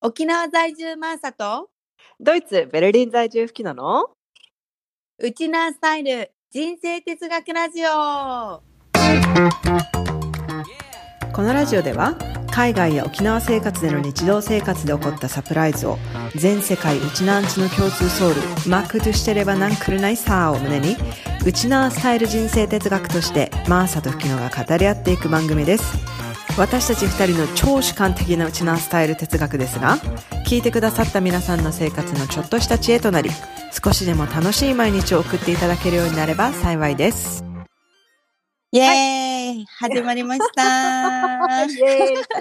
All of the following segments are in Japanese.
沖縄在住マーサとドイツベルリン在住フキノのウチナースタイル人生哲学ラジオ。 このラジオでは海外や沖縄生活での日常生活で起こったサプライズを全世界ウチナーンチの共通ソウルマックとしてればなんくるないさーを胸にウチナースタイル人生哲学としてマーサとフキノが語り合っていく番組です。私たち2人の超主観的なウチナースタイル哲学ですが、聞いてくださった皆さんの生活のちょっとした知恵となり、少しでも楽しい毎日を送っていただけるようになれば幸いです。 イエーイ、始まりましたイエーイ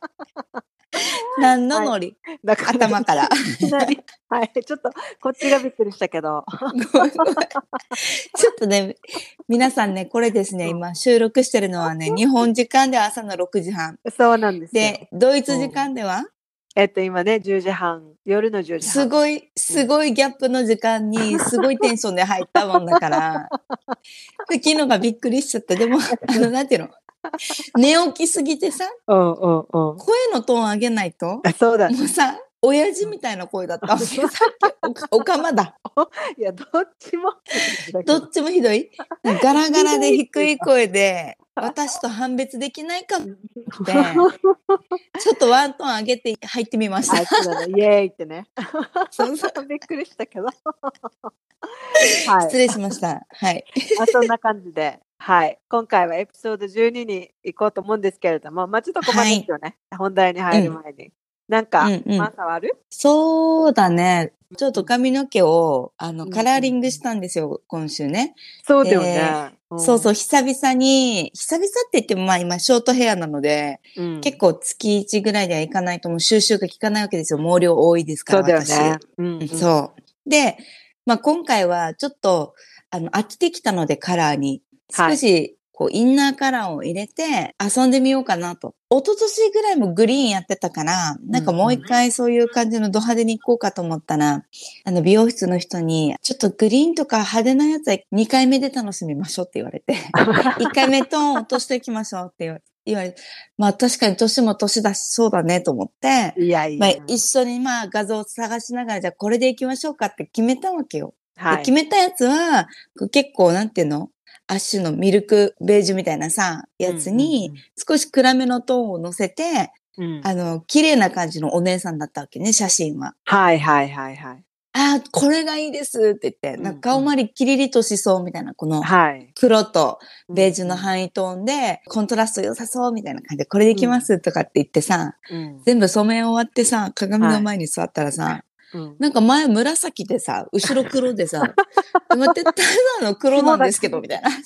何のノリ、はい、頭からはい、ちょっとこっちがびっくりしたけどちょっとね、皆さんね、これですね、今収録してるのはね、日本時間では朝の6時半。 そうなんですよ。 で、ドイツ時間では今ね、10時半、夜の10時半。 すごいギャップの時間に、すごいテンションで入ったもんだから、昨日がびっくりしちゃった。でも、なんていうの寝起きすぎてさ、声のトーン上げないと、 そうだ、 もうさ、親父みたいな声だったわけ。さっき、おかまだ。 いや、どっちもひどい。ガラガラで低い声で、私と判別できないかって、ちょっとワントーン上げて入ってみました。 そうだね、イエーイってね。そうびっくりしたけど。 はい、失礼しました。はい。 そんな感じで。はい。今回はエピソード12に行こうと思うんですけれども、ちょっと困るんですよね。はい、本題に入る前に。なんか、マーサはある？ そうだね。ちょっと髪の毛を、カラーリングしたんですよ、今週ね。 そうだよね。 そうそう、久々って言っても今ショートヘアなので、結構月1ぐらいではいかないともう収集が効かないわけですよ。毛量多いですから、 そうだよね。 そう。で、今回はちょっと、飽きてきたのでカラーに、少し、インナーカラーを入れて遊んでみようかなと。一昨年ぐらいもグリーンやってたから、なんかもう一回そういう感じのド派手に行こうかと思ったら、美容室の人に、ちょっとグリーンとか派手なやつは2回目で楽しみましょうって言われて、1回目トーン落としていきましょうって言われて、確かに年も年だしそうだねと思って、一緒に画像を探しながら、じゃあこれで行きましょうかって決めたわけよ。で決めたやつは、結構なんていうの？アッシュのミルクベージュみたいなさ、やつに、少し暗めのトーンを乗せて、綺麗な感じのお姉さんだったわけね、写真は。 はい。 これがいいですって言って、なんか顔周りキリリとしそうみたいな、この黒とベージュのハイトーンで、コントラスト良さそうみたいな感じで、これでいきますとかって言ってさ、全部染め終わってさ、鏡の前に座ったらさ、なんか前紫でさ、後ろ黒でさ、待って、ただの黒なんですけど、みたいな。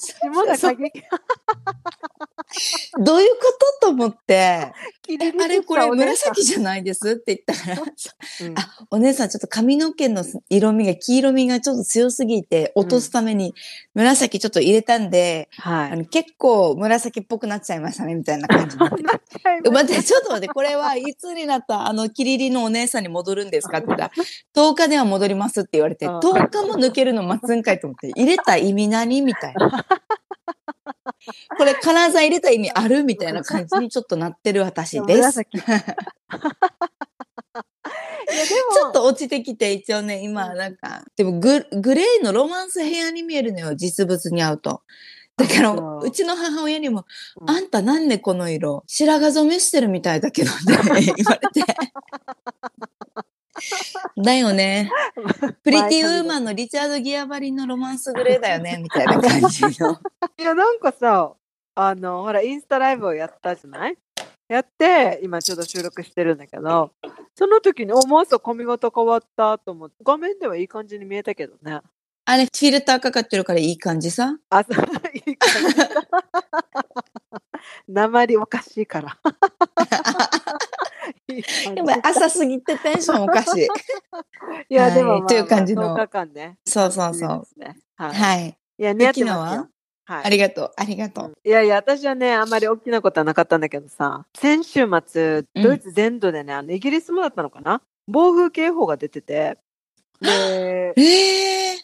どういうことと思って、あれこれ紫じゃないですって言ったら、お姉さんちょっと髪の毛の黄色みがちょっと強すぎて落とすために紫ちょっと入れたんで、結構紫っぽくなっちゃいましたね、みたいな感じになって。待って、ちょっと待って、これはいつになったキリリのお姉さんに戻るんですかって言ったら、10日では戻りますって言われて、10日も抜けるの待つんかいと思って、入れた意味何みたいな。これカラー剤入れた意味あるみたいな感じにちょっとなってる私です。ちょっと落ちてきて、一応ね、今なんか、でもグレーのロマンスヘアに見えるのよ、実物に合うと。だから、うちの母親にも、あんたなんでこの色、白髪染めしてるみたいだけどね、言われて。だよね。プリティウーマンのリチャード・ギアバリンのロマンスグレーだよね、みたいな感じの。 いや、なんかさ、ほら、インスタライブをやったじゃない？やって、今ちょっと収録してるんだけど、その時に、もうすぐ髪型変わったと思って、画面ではいい感じに見えたけどね。 あれ、フィルターかかってるからいい感じさ。 いい感じ。鉛おかしいから。 でも朝すぎてテンションおかしい。 いや、でも、 という感じの。 10日間ね。 そう。 はい。いや、似合ってますよ。 ありがとう。 いや、私はね、あんまり大きなことはなかったんだけどさ、先週末、ドイツ全土でね、イギリスもだったのかな？暴風警報が出てて。で、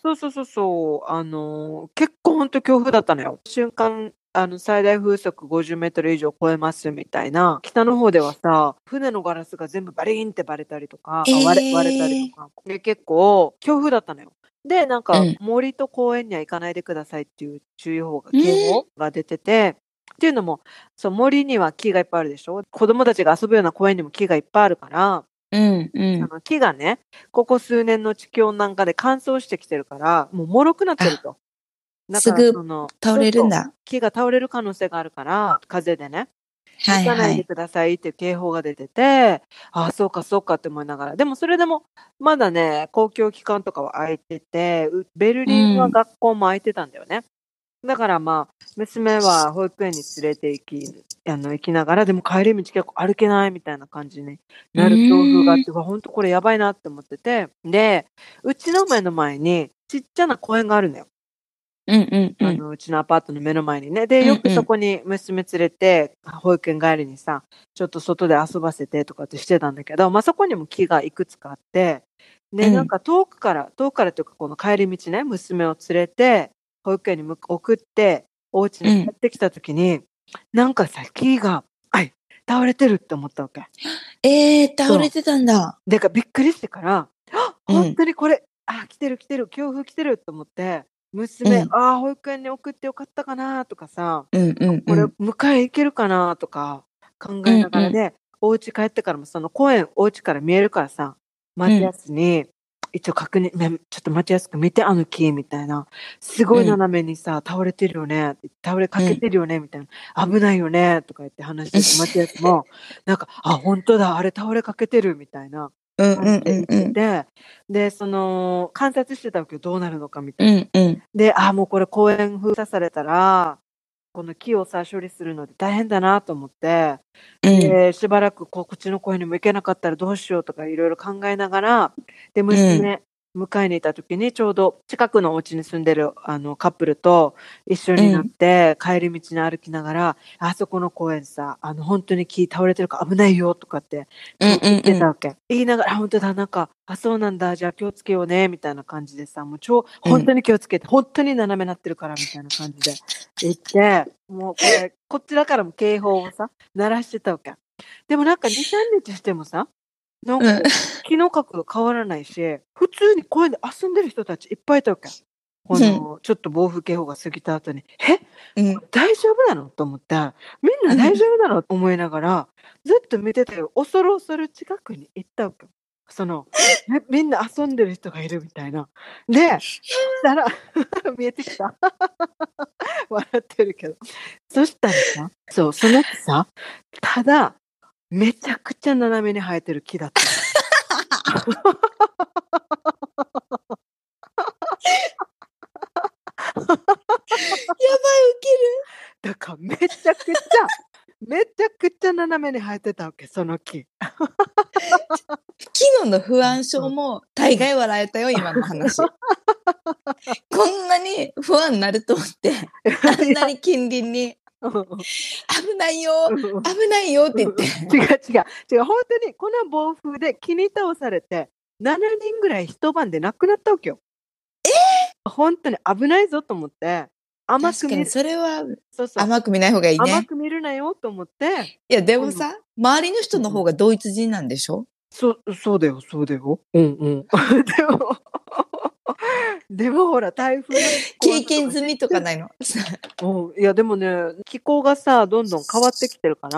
そうそうそうそう。結構本当強風だったのよ。瞬間、最大風速50メートル以上超えますみたいな。北の方ではさ、船のガラスが全部バリーンって割れたりとか、割れたりとか。で、結構強風だったのよ。で、なんか、森と公園には行かないでくださいっていう注意報が、警報が出てて、っていうのも、そう、森には木がいっぱいあるでしょ。子供たちが遊ぶような公園にも木がいっぱいあるから、木がね、ここ数年の地球温暖化で乾燥してきてるから、もう脆くなってると。だからすぐ倒れるんだ。 そうそう、木が倒れる可能性があるから、風でね。行かないでくださいっていう警報が出てて、ああ、そうかそうかって思いながら。でもそれでも、まだね、公共機関とかは空いてて、ベルリンは学校も空いてたんだよね。だからまあ、娘は保育園に連れて行きながら、でも帰り道結構歩けないみたいな感じになる強風があって、本当これやばいなって思ってて、で、うちの目の前にちっちゃな公園があるのよ。うちのアパートの目の前にね。で、よくそこに娘連れて、保育園帰りにさ、ちょっと外で遊ばせてとかってしてたんだけど、まあそこにも木がいくつかあって、で、なんか遠くからというかこの帰り道ね、娘を連れて、保育園に送って、お家に帰ってきた時に、なんかさ、木が、倒れてるって思ったわけ。 倒れてたんだ。 でかびっくりしてから、本当にこれ、来てる、強風来てると思って、娘、保育園に送ってよかったかなとかさ、これ迎え行けるかなとか考えながらで、お家帰ってからもその公園、お家から見えるからさ、待ちやすに、一応確認、ちょっと待ちやすく見て、あの木みたいな。すごい斜めにさ、倒れてるよね。倒れかけてるよねみたいな。危ないよねとか言って話してて、待ちやすも、なんか、本当だ、あれ倒れかけてるみたいな感じで言ってて、で、観察してたわけど、どうなるのかみたいな。で、もうこれ公園封鎖されたら、この木をさ、処理するので大変だなと思って、で、しばらくこっちの公園にも行けなかったらどうしようとかいろいろ考えながら、で、娘、迎えに行った時にちょうど近くのお家に住んでるカップルと一緒になって、帰り道に歩きながら、あそこの公園さ、本当に木倒れてるから危ないよとかって言ってたわけ。言いながら、本当だ、なんか、そうなんだ、じゃあ気をつけようね、みたいな感じでさ、もう本当に気をつけて、本当に斜めなってるから、みたいな感じで言って、もうこっちだからも警報をさ、鳴らしてたわけ。でもなんか2、3日してもさ、なんか木の角度変わらないし、普通に公園で遊んでる人たちいっぱいいたわけ。ちょっと暴風警報が過ぎた後に、大丈夫なのと思って、みんな大丈夫なのと思いながら、ずっと見てたよ。恐る恐る近くに行ったわけ。みんな遊んでる人がいるみたいな。で、したら、見えてきた。笑ってるけど。そしたらさ、その木さ、ただ、めちゃくちゃ斜めに生えてる木だった。やばい、 ウケる。 だからめちゃくちゃ斜めに生えてたわけ、その木。 昨日の不安症も大概笑えたよ、今の話。こんなに不安になると思って、あんなに近隣に、危ないよ、危ないよって言って。 違う、本当にこの暴風で木に倒されて、7人ぐらい一晩で亡くなったわけよ。本当に危ないぞと思って、 確かにそれは甘く見ない方がいいね。 甘く見るなよと思って。 いや、でもさ、周りの人の方がドイツ人なんでしょ？ そうだよ。でもほら、台風経験済みとかないの？ いや、でもね、気候がさ、どんどん変わってきてるから、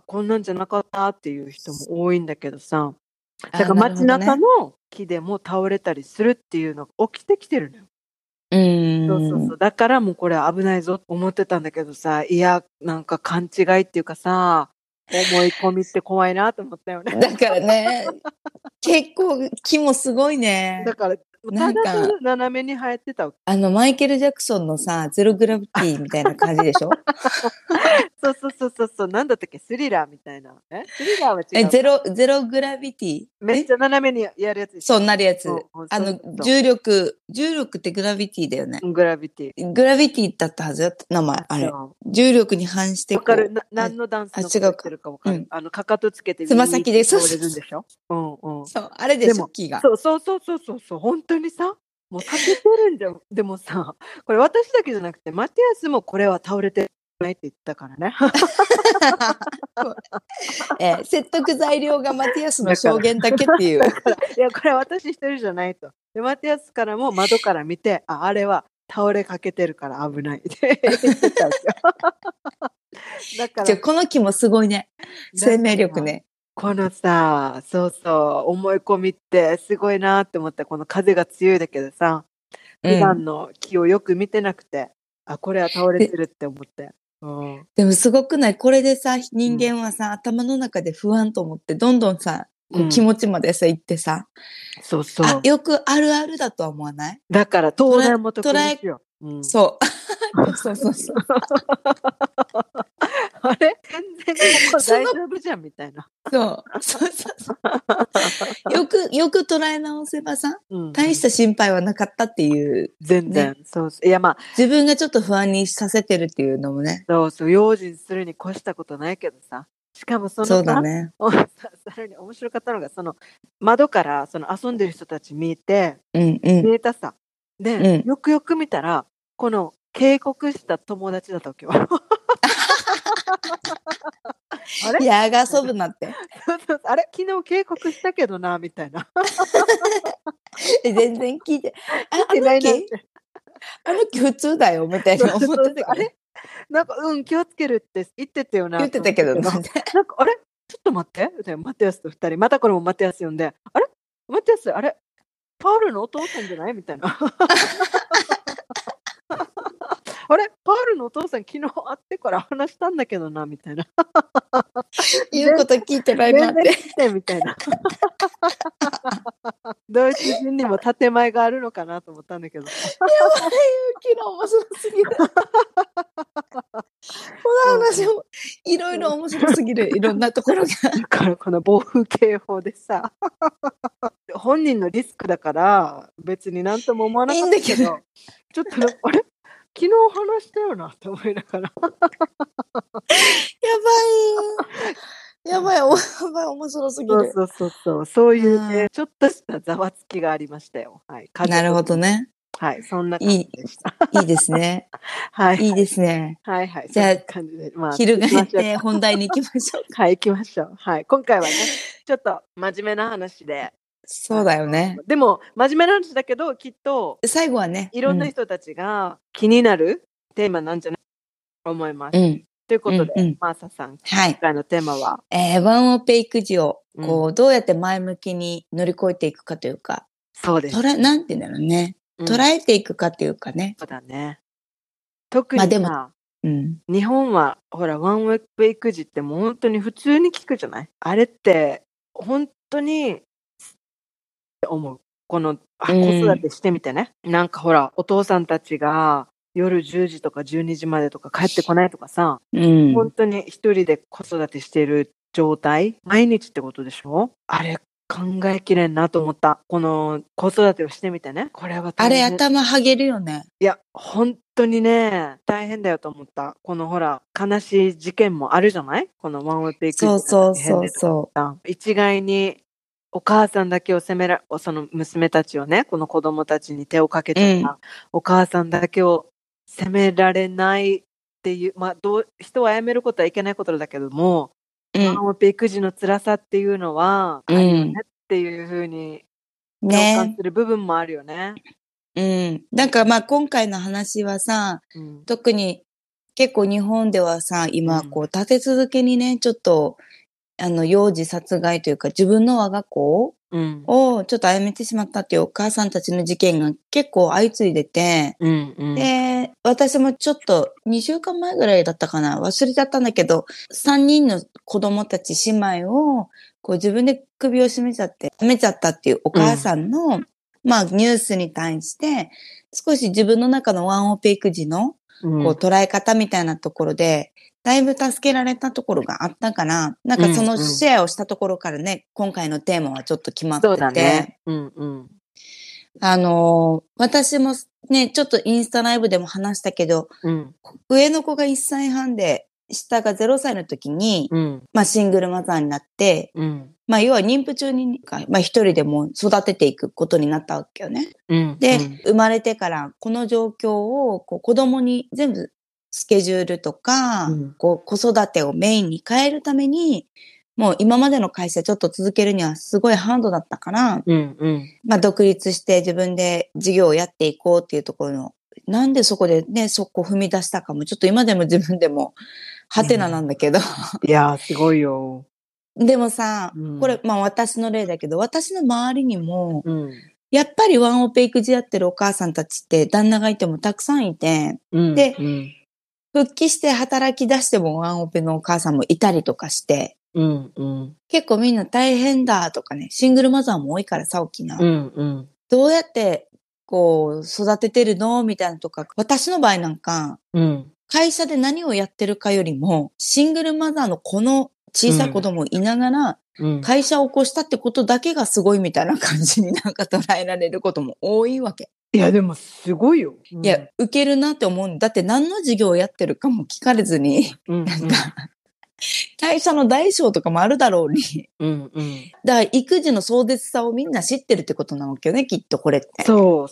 こんなんじゃなかったっていう人も多いんだけどさ、だから街中の木でも倒れたりするっていうのが起きてきてるのよ。そう。だからもうこれ危ないぞと思ってたんだけどさ、いや、なんか勘違いっていうかさ、思い込みって怖いなと思ったよね。 だからね、結構木もすごいね。 だから、ただ斜めに生えてた。 マイケル・ジャクソンのさ、ゼログラビティみたいな感じでしょ？ そう。なんだったっけ、スリラーみたいな。スリラーは違う。 ゼログラビティ。 めっちゃ斜めにやるやつ。 そうなるやつ。重力ってグラビティだよね。 グラビティだったはずだった、名前。あれ。重力に反してわかる。何のダンスのことってるかわかる。かかとつけてつま先で倒れるんでしょ？ そう、あれでしょ、木が。 そう。本当にさ、 もう避けてるんじゃん。でもさ、これ私だけじゃなくて、マティアスもこれは倒れてないって言ったからね。 説得材料がマティアスの証言だけっていう。 だから、いや、これは私一人じゃないと。で、マティアスからも窓から見て、あれは倒れかけてるから危ないって言ってたんですよ。だからこの木もすごいね。生命力ね。 このさ、そうそう、思い込みってすごいなって思った。この風が強いだけでさ、普段の木をよく見てなくて、これは倒れてるって思って。 でもすごくない？これでさ、人間はさ、頭の中で不安と思って、どんどんさ、こう気持ちまでさ、行ってさ、 そうそう。 よくあるあるだとは思わない？ だから、東大も得にしよう。そう。そうそうそう。 あれ全然ここ大丈夫じゃんみたいな。 そう。よく捉え直せばさ、大した心配はなかったっていう。 全然。そうそう。いや、まあ。 自分がちょっと不安にさせてるっていうのもね。 そうそう。用心するに越したことないけどさ。しかもそうだね。 さらに面白かったのが、その窓からその遊んでる人たち見て、見えたさ。で、よくよく見たら、この警告した友達だったわけよ。あれ？ やが遊ぶなって。 あれ？昨日警告したけどな、みたいな。 全然聞いてないなって。あの木普通だよ、みたいな思ってたけど。 あれ？なんか、気をつけるって言ってたよな。 言ってたけど、 なんか、あれ？ちょっと待って。マティアスと二人。またこれもマティアス呼んで、あれ？マティアス、あれ？パウルのお父さんじゃない？みたいな。あれパールのお父さん昨日会ってから話したんだけどなみたいな。 言うこと聞いてないなって。 みたいな。ドイツ人にも建前があるのかなと思ったんだけど。やばい、昨日面白すぎる。この話もいろいろ面白すぎる、いろんなところが。 だからこの暴風警報でさ、本人のリスクだから別になんとも思わなかったけど、ちょっとあれ昨日話したよなって思いながら。 やばい、面白すぎる。 そういうね、ちょっとしたざわつきがありましたよ。はい。 なるほどね。 はい、そんな感じでした。 いいですね。はい。いいですね。 はいはい。 じゃあ、翻って本題に行きましょう。 はい、行きましょう。はい。今回はね、ちょっと真面目な話で。 そうだよね。 でも、真面目な話だけど、きっと、 最後はね、 いろんな人たちが気になるテーマなんじゃないと思います。ということで、マーサさん、今回のテーマは、 ワンオペ育児を、どうやって前向きに乗り越えていくかというか、 そうです。 なんて言うんだろうね。捉えていくかっていうかね。 そうだね。特にさ、日本は、ほら、ワンオペ育児ってもう本当に普通に聞くじゃない？あれって、本当に、思う。この、子育てしてみてね。なんかほら、お父さんたちが夜10時とか12時までとか帰ってこないとかさ、本当に一人で子育てしてる状態、毎日ってことでしょ？あれ、考えきれんなと思った。この子育てをしてみてね。これはあれ頭はげるよね。 いや、本当にね、大変だよと思った。このほら、悲しい事件もあるじゃない？このワンオペ育児が大変でとか。一概にお母さんだけをその娘たちをね、この子供たちに手をかけてた、お母さんだけを責められないっていう、まあ、人を殺めることはいけないことだけども、ワンオペ育児の辛さっていうのは、あるよねっていうふうに共感する部分もあるよね。 なんかまあ今回の話はさ、特に結構日本ではさ、今こう立て続けにね、ちょっと、幼児殺害というか自分の我が子をちょっと殺めてしまったっていうお母さんたちの事件が結構相次いでて、で、私もちょっと2週間前ぐらいだったかな、忘れちゃったんだけど、3人の子供たち姉妹をこう自分で首を絞めちゃったっていうお母さんの、まあニュースに対して少し自分の中のワンオペ育児のこう捉え方みたいなところで、だいぶ助けられたところがあったから、なんかそのシェアをしたところからね、今回のテーマはちょっと決まってて。 そうだね。 私もね、ちょっとインスタライブでも話したけど、上の子が1歳半で、 下が0歳の時に、 うん。 まあシングルマザーになって、 うん。 まあ要は妊婦中に、まあ一人でもう育てていくことになったわけよね。 うん。 で、生まれてからこの状況をこう子供に全部スケジュールとか、こう子育てをメインに変えるために、もう今までの会社ちょっと続けるにはすごいハードだったから、まあ独立して自分で事業をやっていこうっていうところの、なんでそこでね、そこ踏み出したかも、ちょっと今でも自分でもハテナなんだけど。 いやー、すごいよ。 でもさ、これ、まあ私の例だけど、私の周りにも、やっぱりワンオペ育児やってるお母さんたちって旦那がいてもたくさんいて、で、復帰して働き出してもワンオペのお母さんもいたりとかして、結構みんな大変だとかね、シングルマザーも多いからさ、沖縄。どうやってこう育ててるのみたいなとか、私の場合なんか、会社で何をやってるかよりも、シングルマザーのこの小さい子供をいながら、会社を起こしたってことだけがすごいみたいな感じになんか捉えられることも多いわけ。 いや、でもすごいよ。 いや、受けるなって思うんだって何の事業をやってるかも聞かれずに、なんか、会社の大小とかもあるだろうに。だから育児の壮絶さをみんな知ってるってことなわけよね、きっとこれって。 そう、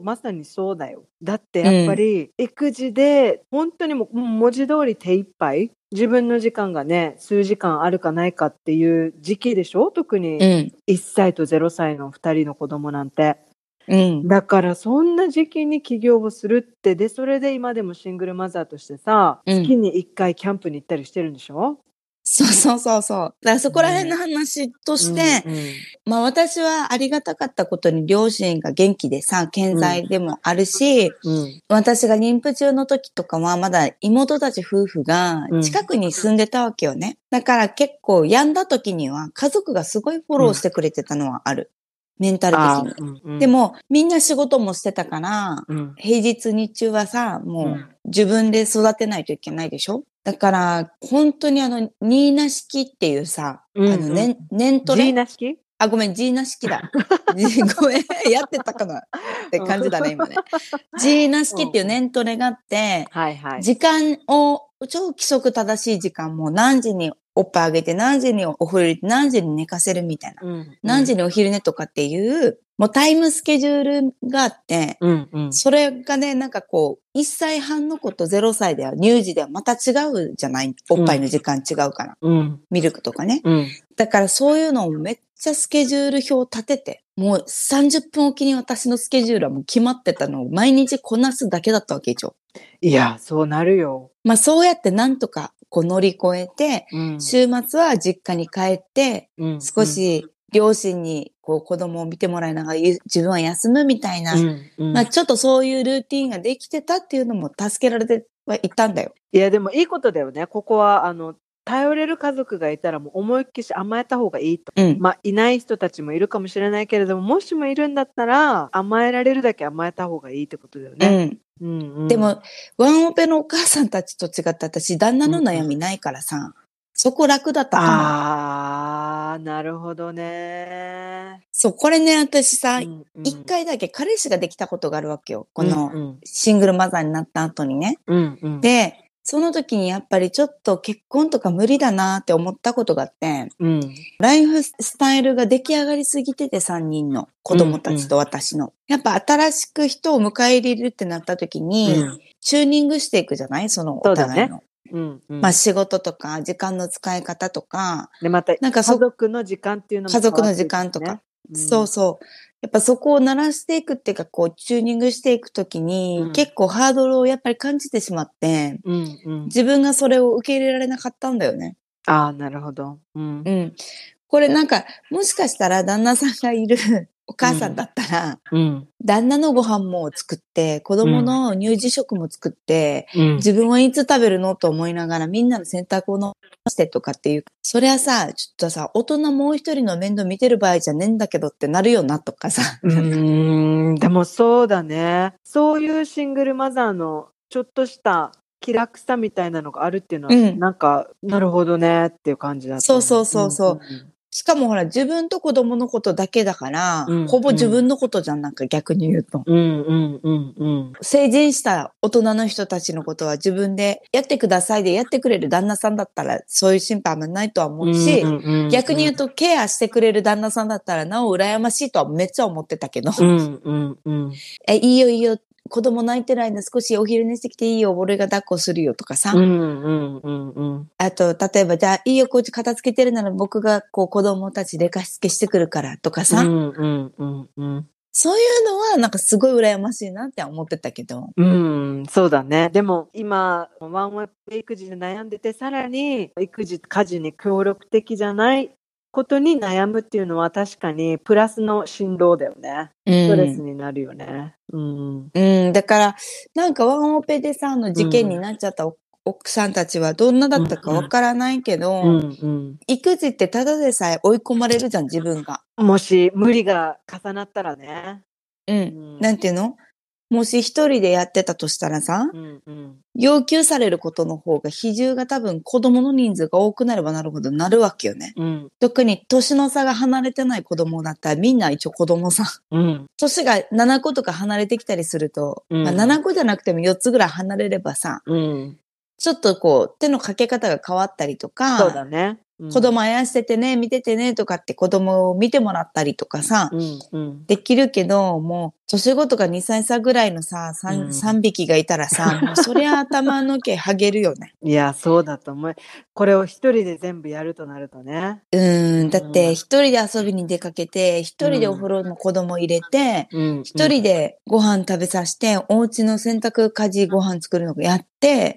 まさにそうだよ。だってやっぱり、育児で本当にもう文字通り手一杯、自分の時間がね、数時間あるかないかっていう時期でしょ、特に1歳と0歳の2人の子供なんて。だからそんな時期に起業をするって、でそれで今でもシングルマザーとしてさ、月に1回キャンプに行ったりしてるんでしょ。 そう。だからそこら辺の話として、まあ私はありがたかったことに両親が元気でさ、健在でもあるし、私が妊婦中の時とかはまだ妹たち夫婦が近くに住んでたわけよね。だから結構病んだ時には家族がすごいフォローしてくれてたのはある。メンタル的に。でも、みんな仕事もしてたから、平日日中はさ、もう自分で育てないといけないでしょ。だから、本当にニーナ式っていうさ、年トレ。 ジーナ式？ ごめん、ジーナ式だ。ごめん、やってたかなって感じだね、今ね。ジーナ式っていう年トレがあって、時間を、超規則正しい時間も何時におっぱいあげて、何時にお風呂入れて、何時に寝かせるみたいな。何時にお昼寝とかっていう、もうタイムスケジュールがあって、それがね、なんかこう、1歳半の子と0歳では、乳児ではまた違うじゃない？おっぱいの時間違うから。ミルクとかね。だからそういうのをめっちゃスケジュール表を立てて、もう30分おきに私のスケジュールはもう決まってたのを毎日こなすだけだったわけ、一応。 いや、そうなるよ。 まあそうやってなんとかこう乗り越えて、週末は実家に帰って、少し両親にこう子供を見てもらいながら自分は休むみたいな、まあちょっとそういうルーティーンができてたっていうのも助けられてはいたんだよ。 いやでもいいことだよね。ここは頼れる家族がいたらもう思いっきり甘えた方がいいと。まあいない人たちもいるかもしれないけれども、もしもいるんだったら甘えられるだけ甘えた方がいいってことだよね。 でもワンオペのお母さんたちと違って私旦那の悩みないからさ、そこ楽だったかも。なるほどね。 そう、これね、私さ、一回だけ彼氏ができたことがあるわけよ。このシングルマザーになった後にね。で、その時にやっぱりちょっと結婚とか無理だなって思ったことがあって、ライフスタイルが出来上がりすぎてて3人の子供たちと私の。やっぱ新しく人を迎え入れるってなった時に、チューニングしていくじゃない？そのお互いの。まあ仕事とか時間の使い方とか。 で、またなんか家族の時間っていうのも家族の時間とか。そう。やっぱそこを鳴らしていくっていうか、こう、チューニングしていくときに、結構ハードルをやっぱり感じてしまって、自分がそれを受け入れられなかったんだよね。 なるほど。 これなんか、もしかしたら旦那さんがいるお母さんだったら、旦那のご飯も作って、子供の乳児食も作って、自分はいつ食べるのと思いながらみんなの洗濯をしてとかっていう。それはさ、ちょっとさ、大人もう一人の面倒見てる場合じゃねえんだけどってなるよなとかさ。 でもそうだね。そういうシングルマザーのちょっとした気楽さみたいなのがあるっていうのは、なんか、なるほどねっていう感じだった。 そう。 しかもほら、自分と子供のことだけだから、 うんほぼ自分のことじゃん、なんか逆に言うと。成人した大人の人たちのことは自分でやってくださいでやってくれる旦那さんだったら、そういう心配もないとは思うし、逆に言うとケアしてくれる旦那さんだったらなお羨ましいとはめっちゃ思ってたけど。いいよいいよ。子供泣いてる間少しお昼寝してきていいよ、俺が抱っこするよとかさ。あと、例えば、じゃあいいよ、こっち片付けてるなら僕がこう子供たち寝かしつけしてくるからとかさ。そういうのはなんかすごい羨ましいなって思ってたけど。 そうだね。でも今、ワンオペ育児で悩んでて、さらに育児、家事に協力的じゃないことに悩むっていうのは確かにプラスの振動だよね。ストレスになるよね。 だから、なんかワンオペでさ、事件になっちゃった奥さんたちはどんなだったかわからないけど、育児ってただでさえ追い込まれるじゃん、自分が。 もし無理が重なったらね。 なんていうの？もし一人でやってたとしたらさ、要求されることの方が比重が多分子供の人数が多くなればなるほどなるわけよね。特に年の差が離れてない子供だったらみんな一応子供さ。年が7個とか離れてきたりすると、7個じゃなくても4つぐらい離れればさ、ちょっとこう手のかけ方が変わったりとか、 そうだね。 子供あやしててね、見ててねとかって子供を見てもらったりとかさ、できるけど、もう年子とか2歳差ぐらいのさ、3匹がいたらさ、もうそりゃ頭の毛はげるよね。 いや、そうだと思う。これを一人で全部やるとなるとね。 だって一人で遊びに出かけて、一人でお風呂の子供入れて、一人でご飯食べさせて、お家の洗濯家事ご飯作るのやって、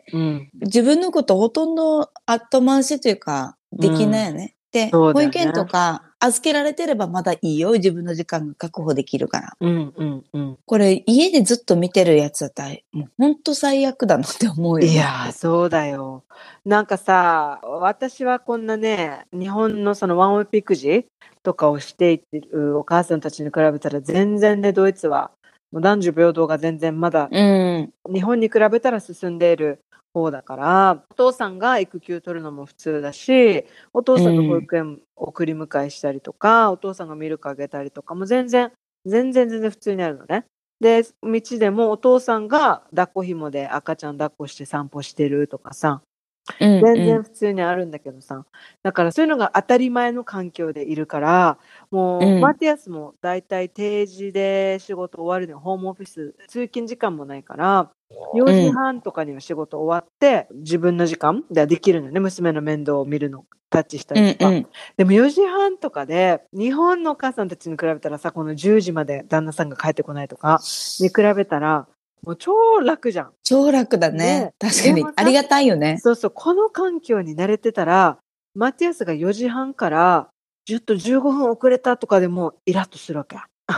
自分のことほとんど後回しというか、できないよね。で、保育園とか預けられてればまだいいよ。自分の時間が確保できるから。これ家でずっと見てるやつだったら、もうほんと最悪だなって思うよね。 いや、そうだよ。なんかさ、私はこんなね、日本のそのワンオペ育児とかをしていってるお母さんたちに比べたら全然ね、ドイツはもう男女平等が全然まだ、日本に比べたら進んでいる方だから、お父さんが育休取るのも普通だし、お父さんが保育園送り迎えしたりとか、お父さんがミルクあげたりとかも全然普通にあるのね。で、道でもお父さんが抱っこ紐で赤ちゃん抱っこして散歩してるとかさ、全然普通にあるんだけどさ、だからそういうのが当たり前の環境でいるから、もう、マティアスもだいたい定時で仕事終わるのよ。ホームオフィス、通勤時間もないから、4時半とかには仕事終わって、自分の時間でできるのね。娘の面倒を見るの、タッチしたりとか。でも4時半とかで、日本のお母さんたちに比べたらさ、この10時まで旦那さんが帰ってこないとかに比べたら、もう超楽じゃん。 超楽だね。確かに。ありがたいよね。 そうそう。この環境に慣れてたら、マティアスが4時半から10と15分遅れたとかでもイラッとするわけ。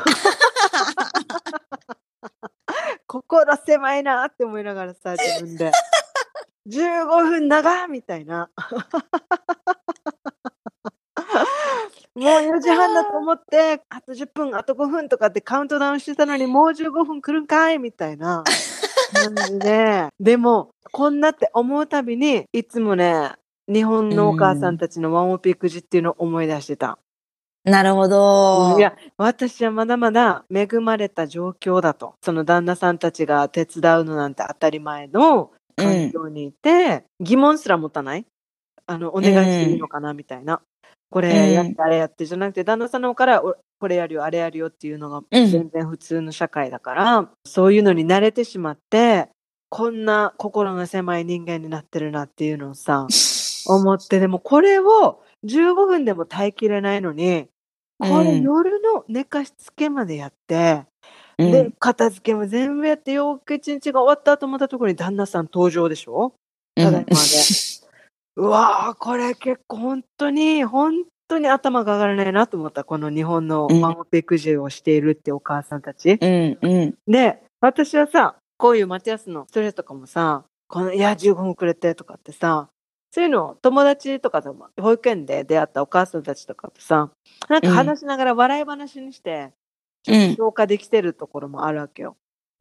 心狭いなって思いながらさ、自分で。15分長みたいな。もう4時半だと思って、あと10分、あと5分とかってカウントダウンしてたのに、もう15分来るんかいみたいな感じで。でも、こんなって思うたびに、いつもね、日本のお母さんたちのワンオペ育児っていうのを思い出してた。 なるほど。 いや、私はまだまだ恵まれた状況だと。その旦那さんたちが手伝うのなんて当たり前の環境にいて、疑問すら持たない。お願いしていいのかなみたいな。これやってあれやってじゃなくて、旦那さんの方からこれやるよあれやるよっていうのが全然普通の社会だから、そういうのに慣れてしまって、こんな心が狭い人間になってるなっていうのをさ、思って、でもこれを15分でも耐えきれないのに、これ夜の寝かしつけまでやって、で、片付けも全部やって、よく一日が終わったと思ったところに旦那さん登場でしょ、ただいまで。うわぁ、これ結構本当に頭が上がらないなと思った。この日本のワンオペ育児をしているってお母さんたち。で、私はさ、こういうマティアスのストレスとかもさ、いや、15分遅れてとかってさ、そういうのを友達とかとも、保育園で出会ったお母さんたちとかとさ、なんか話しながら笑い話にして、ちょっと消化できてるところもあるわけよ。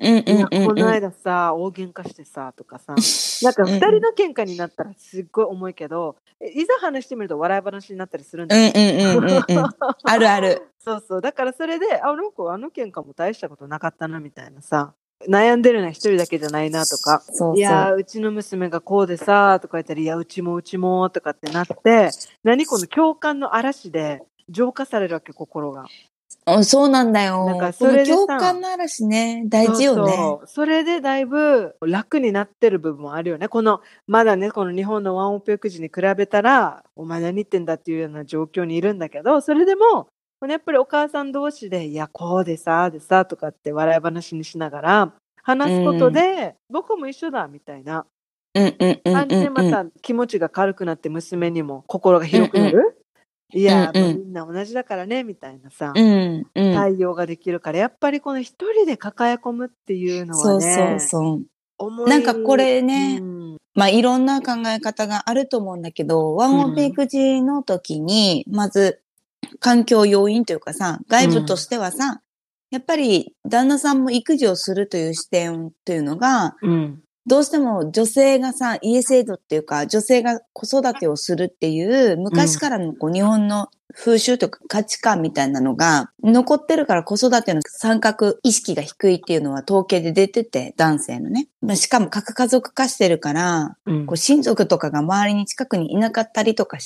うんうんいや、 うんうん。 この間さ、大喧嘩してさ、とかさ、なんか二人の喧嘩になったらすっごい重いけど、いざ話してみると笑い話になったりするんだよね。 うんうんうんうんうん。あるある。 そうそう。だからそれで、あの子、あの喧嘩も大したことなかったな、みたいなさ。悩んでるのは一人だけじゃないなとか、 そうそう。 いやー、うちの娘がこうでさ、とか言ったら、いや、うちもとかってなって、何この共感の嵐で浄化されるわけ、心が。 そうなんだなんか、 よ。こそれでの共感さ、 の嵐ね、大そう事よね。 そう。それでだいぶ楽になってる部分もあるよね。まだね、この日本のワンオペ育児に比べたら、お前何言ってんだっていうような状況にいるんだけど、それでも、やっぱりお母さん同士で、いや、こうでさ、でさ、とかって笑い話にしながら、話すことうん。 で、僕も一緒だ、みたいなうんうんうん感じで、 うんうん。 また気持ちが軽くなって、娘にも心がうんうん。 広くなる。いや、もううんうん。 みんな同じだからね、みたいなさ。 うんうん。 対応ができるから、やっぱりこの一人で抱え込むっていうのはそうそうね、 そう。 重なんかこい。 れね、まあいろんな考え方があると思うんだけど、ワンオペ育児の時に、まず環境要因というかさ、外部としてはさ、やっぱり旦那さんも育児をするという視点というのが、どうしても女性がさ、家制度っていうか、女性が子育てをするっていう、昔からのこう日本の風習とか価値観みたいなのが残ってるから子育ての参画意識が低いっていうのは統計で出てて、男性のね。しかも核家族化してるから、こう親族とかが周りに近くにいなかったりとかして、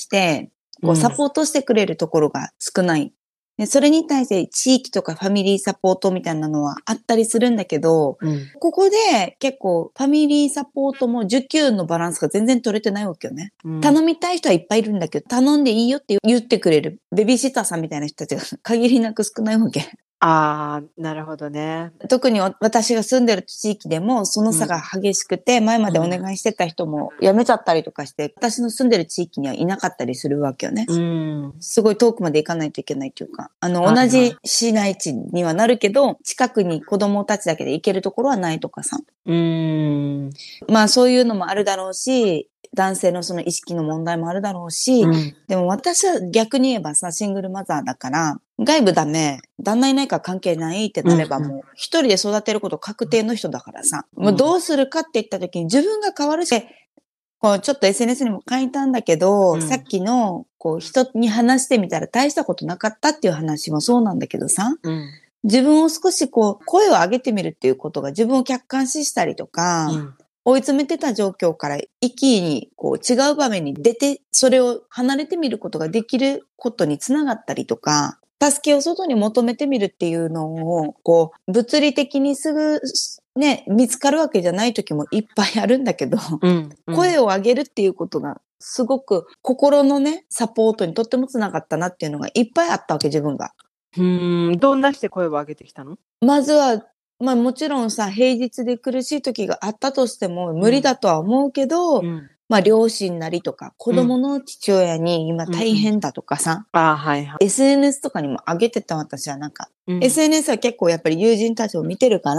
こうサポートしてくれるところが少ない。でそれに対して地域とかファミリーサポートみたいなのはあったりするんだけど、ここで結構ファミリーサポートも受給のバランスが全然取れてないわけよね。頼みたい人はいっぱいいるんだけど、頼んでいいよって言ってくれるベビーシッターさんみたいな人たちが限りなく少ないわけ。 ああ、なるほどね。 特に私が住んでる地域でもその差が激しくて、前までお願いしてた人も辞めちゃったりとかして、私の住んでる地域にはいなかったりするわけよね。すごい遠くまで行かないといけないというか、同じ市内地にはなるけど、近くに子供たちだけで行けるところはないとかさ。まあそういうのもあるだろうし、男性のその意識の問題もあるだろうし、でも私は逆に言えばさ、シングルマザーだから、外部ダメ、旦那いないから関係ないってなればもう一人で育てること確定の人だからさ、もうどうするかって言った時に自分が変わるし、こうちょっと SNS にも書いたんだけど、さっきのこう人に話してみたら大したことなかったっていう話もそうなんだけどさ、自分を少しこう声を上げてみるっていうことが自分を客観視したりとか、追い詰めてた状況から一気にこう違う場面に出て、それを離れてみることができることにつながったりとか、助けを外に求めてみるっていうのを、こう、物理的にすぐね、見つかるわけじゃない時もいっぱいあるんだけど、声を上げるっていうことがすごく心のね、サポートにとってもつながったなっていうのがいっぱいあったわけ、自分が。 どんなして声を上げてきたの？ まずは、まあもちろんさ、平日で苦しい時があったとしても無理だとは思うけど、まあ両親なりとか、子供の父親に今大変だとかさ、SNS とかにも上げてた私はなんか、SNS は結構やっぱり友人たちを見てるから、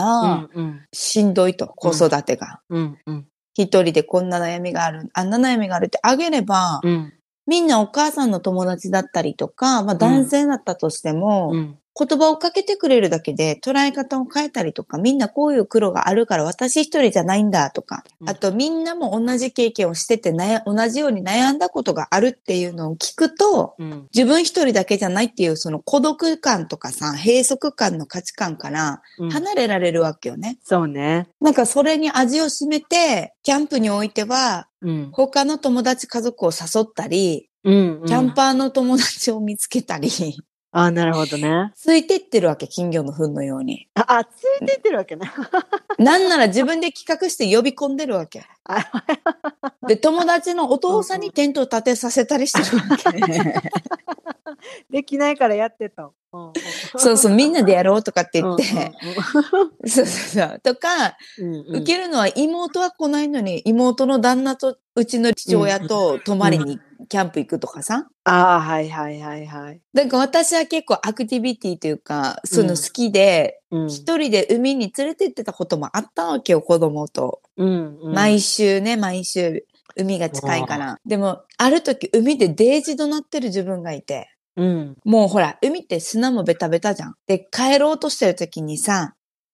しんどいと、子育てが。一人でこんな悩みがある、あんな悩みがあるってあげれば、みんなお母さんの友達だったりとか、まあ男性だったとしても、言葉をかけてくれるだけで捉え方を変えたりとか、みんなこういう苦労があるから私一人じゃないんだとか、あとみんなも同じ経験をしてて同じように悩んだことがあるっていうのを聞くと、自分一人だけじゃないっていうその孤独感とかさ、閉塞感の価値観から離れられるわけよね。 そうね。 なんかそれに味を占めて、キャンプにおいては、他の友達家族を誘ったり、キャンパーの友達を見つけたり、 なるほどね。 ついてってるわけ、金魚の糞のように。 ついてってるわけね。 なんなら自分で企画して呼び込んでるわけ。で、友達のお父さんにテントを立てさせたりしてるわけ。 できないからやってた。 そうそう、みんなでやろうとかって言って。そうそうそう。とか、受けるのは妹は来ないのに、妹の旦那とうちの父親と泊まりにキャンプ行くとかさ。 はい。 なんか私は結構アクティビティというか、その好きで、一人で海に連れてってたこともあったわけよ、子供と。毎週、海が近いから。でも、ある時海でデージ怒鳴ってる自分がいて。もうほら、海って砂もベタベタじゃん。で、帰ろうとしてる時にさ、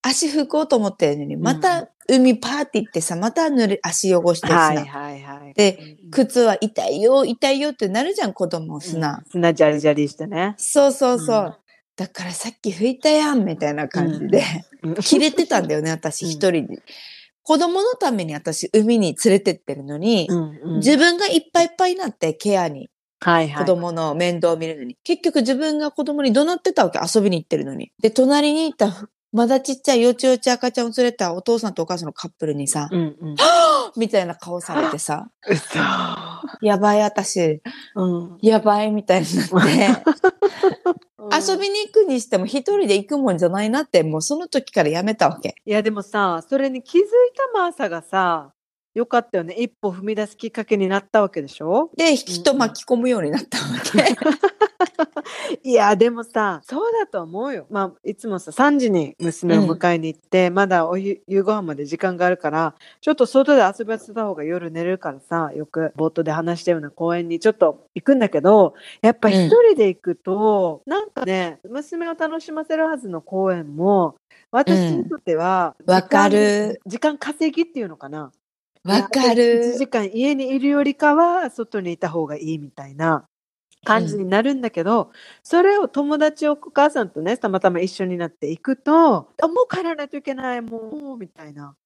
足拭こうと思ってるのに、また海パーって行ってさ、また足汚して砂。 はいはいはい。 で、靴は痛いよってなるじゃん、子供砂。 砂ジャリジャリしてね。 そうそうそう。だからさっき拭いたやん、みたいな感じで、切れてたんだよね、私一人に。子供のために私海に連れてってるのに、自分がいっぱいいっぱいになってケアに。子供の面倒を見るのに。結局自分が子供に怒鳴ってたわけ、遊びに行ってるのに。で、隣にいた、まだちっちゃいよちよち赤ちゃんを連れたお父さんとお母さんのカップルにさ、はぁみたいな顔されてさ、やばい私、やばいみたいになって、遊びに行くにしても一人で行くもんじゃないなって、もうその時からやめたわけ。 いやでもさ、それに気づいたマーサがさ、よかったよね。一歩踏み出すきっかけになったわけでしょ？ で、人巻き込むようになったわけ。 いや、でもさ、そうだと思うよ。まあ、いつもさ、3時に娘を迎えに行って、まだ夕ご飯まで時間があるから、ちょっと外で遊ばせた方が夜寝れるからさ、よく冒頭で話したような公園にちょっと行くんだけど、やっぱ一人で行くと、なんかね、娘を楽しませるはずの公園も、私にとっては、 わかる。 時間稼ぎっていうのかな。 わかる。 1時間家にいるよりかは、外にいた方がいいみたいな感じになるんだけど、それを友達お母さんとね、たまたま一緒になっていくと、もう帰らないといけない、もう、みたいな。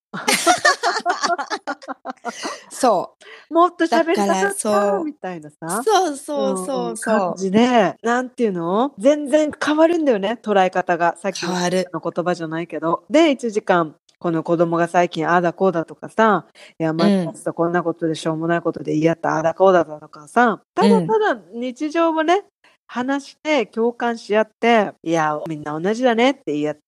そう。 もっと喋りたかったみたいなさ。 そう。 感じで、なんていうの？全然変わるんだよね、捉え方が。さっきの言葉じゃないけど。で、1時間、この子供が最近ああだこうだとかさ、いや、マジでこんなことでしょうもないことで言い合ったああだこうだとかさ、ただただ日常をね、話して共感し合って、いや、みんな同じだねって言い合って、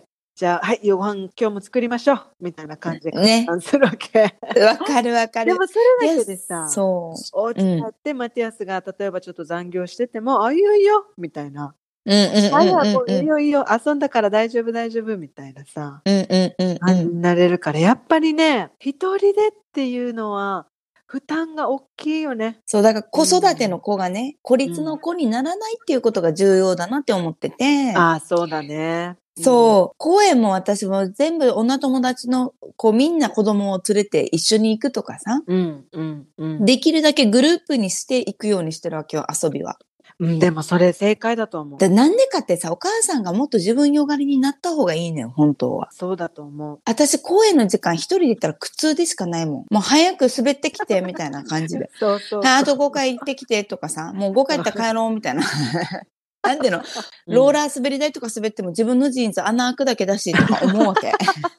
じゃあ、はい、夕ご飯今日も作りましょうみたいな感じでね。 するわけ。 わかる。 でもそれだけでさ、お家帰ってマティアスが例えばちょっと残業してても、あ、いいよいいよみたいな。いいよいいよ、遊んだから大丈夫みたいなさ、感じになれるから、やっぱりね、一人でっていうのは、負担が大きいよね。 そう、だから子育ての子がね、孤立の子にならないっていうことが重要だなって思ってて。 ああ、そうだね。 そう、公園も私も全部女友達の子みんな子供を連れて一緒に行くとかさ、できるだけグループにしていくようにしてるわけよ、遊びは。 でもそれ正解だと思う。 なんでかってさ、お母さんがもっと自分よがりになった方がいいねん、本当は。 そうだと思う。 私、公園の時間一人で行ったら苦痛でしかないもん。もう早く滑ってきて、みたいな感じで。 そうあと5回行ってきて、とかさ、もう5回行ったら帰ろう、みたいな。なんでの、ローラー滑り台とか滑っても自分のジーンズ穴開くだけだし、とか思うわけ。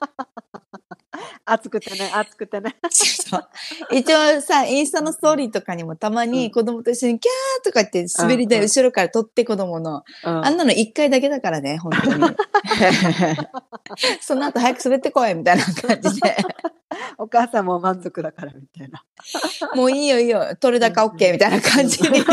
暑くてね。 一応さ、インスタのストーリーとかにもたまに子供と一緒にキャーとか言って滑り台後ろから撮って子供の。あんなの1回だけだからね、本当に。その後早く滑ってこい、みたいな感じで。 お母さんも満足だからみたいな。 もういいよ、取れ高 OK みたいな感じに。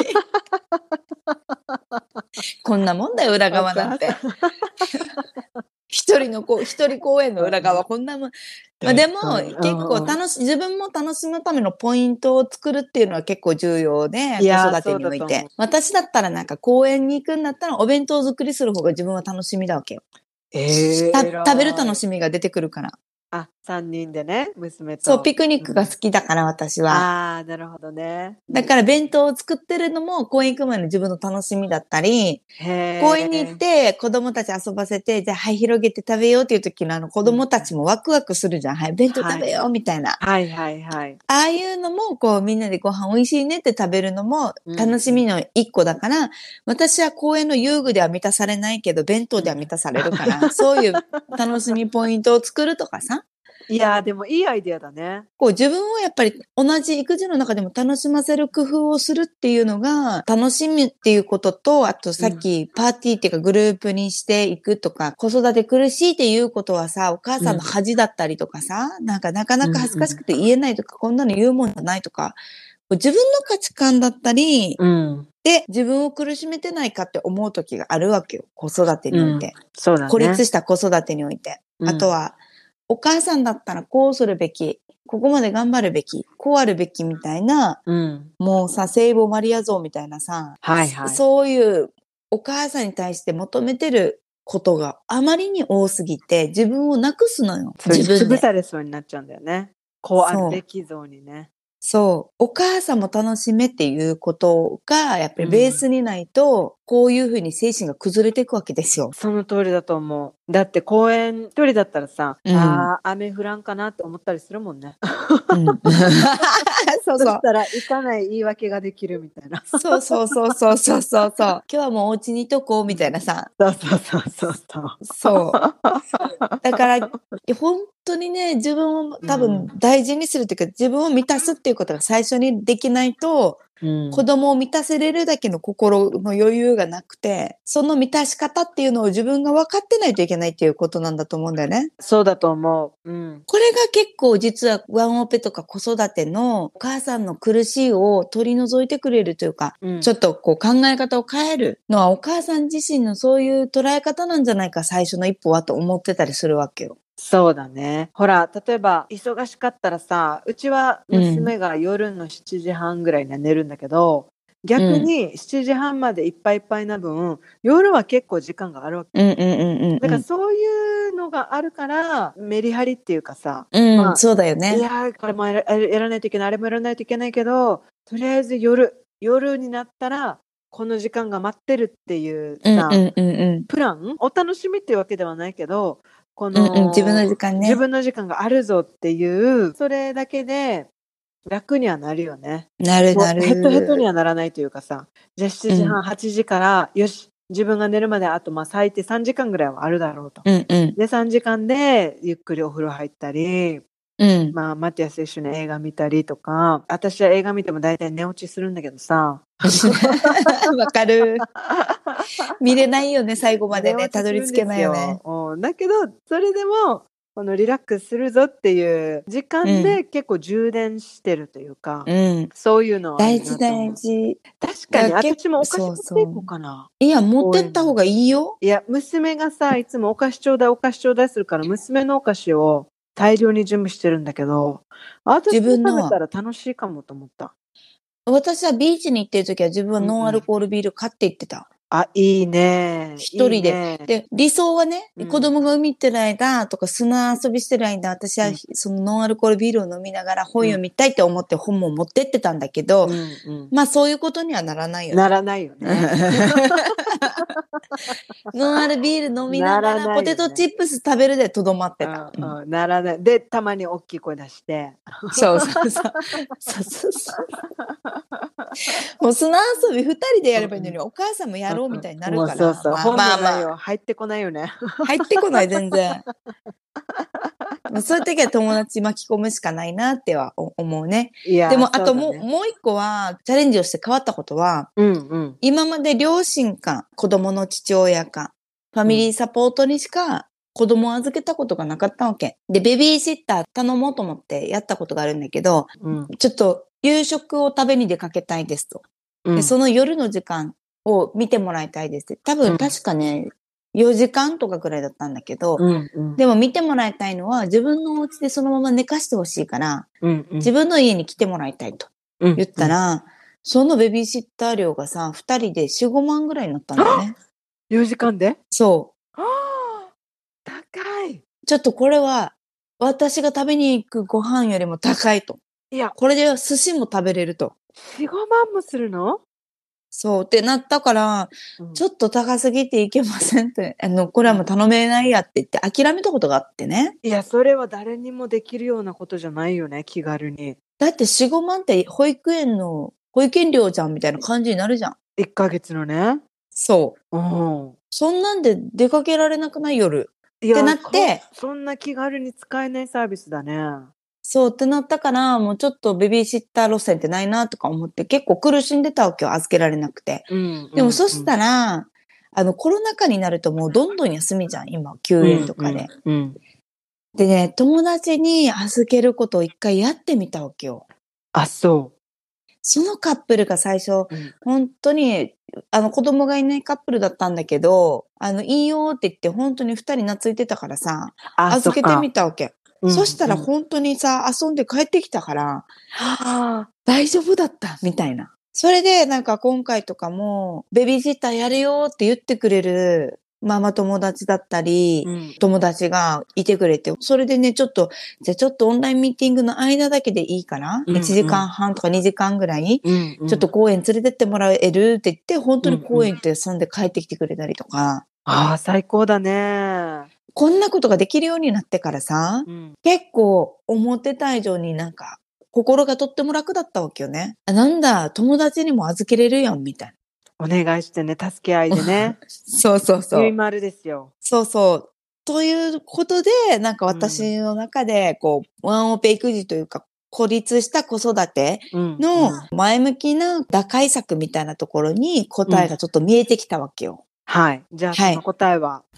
こんなもんだよ、裏側なんて。一人公園の裏側、こんなもん。まあでも、結構自分も楽しむためのポイントを作るっていうのは結構重要で、子育てにおいて。私だったらなんか公園に行くんだったらお弁当作りする方が自分は楽しみだわけよ。食べる楽しみが出てくるから。 あ、3人でね、娘と。 そう、ピクニックが好きだから、私は。 ああ、なるほどね。 だから弁当を作ってるのも公園行く前の自分の楽しみだったり、公園に行って子供たち遊ばせて、じゃあ、はい、広げて食べようっていう時の子供たちもワクワクするじゃん。はい、弁当食べようみたいな。 ああいうのも、みんなでご飯美味しいねって食べるのも楽しみの一個だから、私は公園の遊具では満たされないけど、弁当では満たされるから、そういう楽しみポイントを作るとかさ。 いやー、でもいいアイデアだね。 自分をやっぱり同じ育児の中でも楽しませる工夫をするっていうのが、楽しみっていうことと、あとさっきパーティーっていうかグループにしていくとか、子育て苦しいっていうことはさ、お母さんの恥だったりとかさ、なかなか恥ずかしくて言えないとか、こんなの言うもんじゃないとか、自分の価値観だったり、で、自分を苦しめてないかって思う時があるわけよ。子育てにおいて。 そうだね。 孤立した子育てにおいて。あとは、お母さんだったらこうするべき、ここまで頑張るべき、こうあるべきみたいな、もうさ、聖母マリア像みたいなさ、そういうお母さんに対して求めてることがあまりに多すぎて、自分をなくすのよ。 それ自分で。 潰されそうになっちゃうんだよね。こうあるべき像にね。 そう。お母さんも楽しめっていうことが、やっぱりベースにないと、こういうふうに精神が崩れていくわけですよ。 その通りだと思う。だって公園一人だったらさ、 うん雨降らんかなって思ったりするもんね。 うん。そうそう。 そしたら行かない言い訳ができるみたいな。 そうそうそうそうそうそう。今日はもうお家にいとこうみたいなさ。 そうそうそうそうそう。 そう。だから、本当にね、自分を多分大事にするっていうか、自分を満たすっていうことが最初にできないと、子供を満たせれるだけの心の余裕がなくて、その満たし方っていうのを自分が分かってないといけないっていうことなんだと思うんだよね。 そうだと思う。 これが結構実はワンオペとか子育てのお母さんの苦しいを取り除いてくれるというか、ちょっとこう考え方を変えるのはお母さん自身のそういう捉え方なんじゃないか、最初の一歩はと思ってたりするわけよ。 そうだね。ほら、例えば忙しかったらさ、うちは娘が夜の7時半ぐらいには寝るんだけど、逆に7時半までいっぱいいっぱいな分、夜は結構時間があるわけ。だからそういうのがあるから、メリハリっていうかさ、 そうだよね。 いやこれもやらないといけない、あれもやらないといけないけど、とりあえず夜になったら、この時間が待ってるっていうさ、プランお楽しみっていうわけではないけど、この、 自分の時間ね。 自分の時間があるぞっていう、それだけで楽にはなるよね。 なる。 ヘトヘトにはならないというかさ、じゃあ7時半、8時から、よし、自分が寝るまであと最低3時間ぐらいはあるだろうと。で、3時間でゆっくりお風呂入ったり、マティアスと一緒に映画見たりとか、私は映画見ても大体寝落ちするんだけどさ。 わかる。見れないよね、最後までね。たどり着けないよね。 だけど、それでも、このリラックスするぞっていう時間で結構充電してるというか、そういうのは大事。 確かに、私もお菓子持っていこうかな。 いや、持ってった方がいいよ。 いや、娘がさ、いつもお菓子ちょうだいするから、娘のお菓子を大量に準備してるんだけど、私も食べたら楽しいかもと思った。 私はビーチに行ってる時は自分はノンアルコールビール買って行ってた。 いいね。 一人で。で、理想はね、子供が海行ってる間とか砂遊びしてる間、私はそのノンアルコールビールを飲みながら本読みたいって思って本も持ってってたんだけど、そういうことにはならないよね。 ならないよね。 ノンアルビール飲みながらポテトチップス食べるでとどまってた。 ならない。で、たまに大きい声出して。 そう。もう砂遊び二人でやればいいのに、お母さんもやろうみたいになるから。 入ってこないよね。 入ってこない、全然。そういう時は友達巻き込むしかないなっては思うね。でも、あともう一個は、チャレンジをして変わったことは、今まで両親か、子供の父親か、ファミリーサポートにしか子供を預けたことがなかったわけ。で、ベビーシッター頼もうと思ってやったことがあるんだけど、ちょっと夕食を食べに出かけたいですと。で、その夜の時間を見てもらいたいですって。多分、確かね、4時間とかくらいだったんだけど、でも見てもらいたいのは自分のお家でそのまま寝かしてほしいから、自分の家に来てもらいたいと言ったら、そのベビーシッター料がさ、2人で4、5万ぐらいになったんだよね。 4時間で？ そう。 高い。 ちょっとこれは、私が食べに行くご飯よりも高いと。 いや、 これで寿司も食べれると。 4、5万もするの？ そうってなったから、ちょっと高すぎていけませんって、これはもう頼めないやって言って諦めたことがあってね。 いや、それは誰にもできるようなことじゃないよね、気軽に。 だって4、5万って保育園料じゃんみたいな感じになるじゃん。 1ヶ月のね。 そう。そんなんで出かけられなくない夜。ってなって。 そんな気軽に使えないサービスだね。 そうってなったから、もうちょっとベビーシッター路線ってないなとか思って結構苦しんでたわけよ、預けられなくて。でもそしたら、コロナ禍になるともうどんどん休みじゃん、今、休園とかで。でね、友達に預けることを一回やってみたわけよ。 そう。 そのカップルが最初、本当に、子供がいないカップルだったんだけど、いいよって言って本当に2人懐いてたからさ、預けてみたわけ。そしたら本当にさ、遊んで帰ってきたから、大丈夫だったみたいな。それでなんか今回とかも、ベビーシッターやるよって言ってくれるママ友達だったり、 うん。 友達がいてくれて、それでね、じゃあちょっとオンラインミーティングの間だけでいいから、 うんうん 1時間半とか2時間ぐらい、 うんうん。 ちょっと公園連れてってもらえるって言って、本当に公うん園行って遊んで帰ってきてくれたりとか、 ああ、最高だね。 こんなことができるようになってからさ、 うん。 結構思ってた以上になんか、心がとっても楽だったわけよね。なんだ、友達にも預けれるやん、みたいお願いしてね、助け合いでね。 な。そうそうそう。 ゆいまるですよ。 そうそう。ということで、なんか私の中で、こう、ワンオペ育児というか、孤立した子育てうん。 の前向きな打開策みたいなところに答えがちょっと見えてきたわけよ。 はい。じゃあはいその答えは、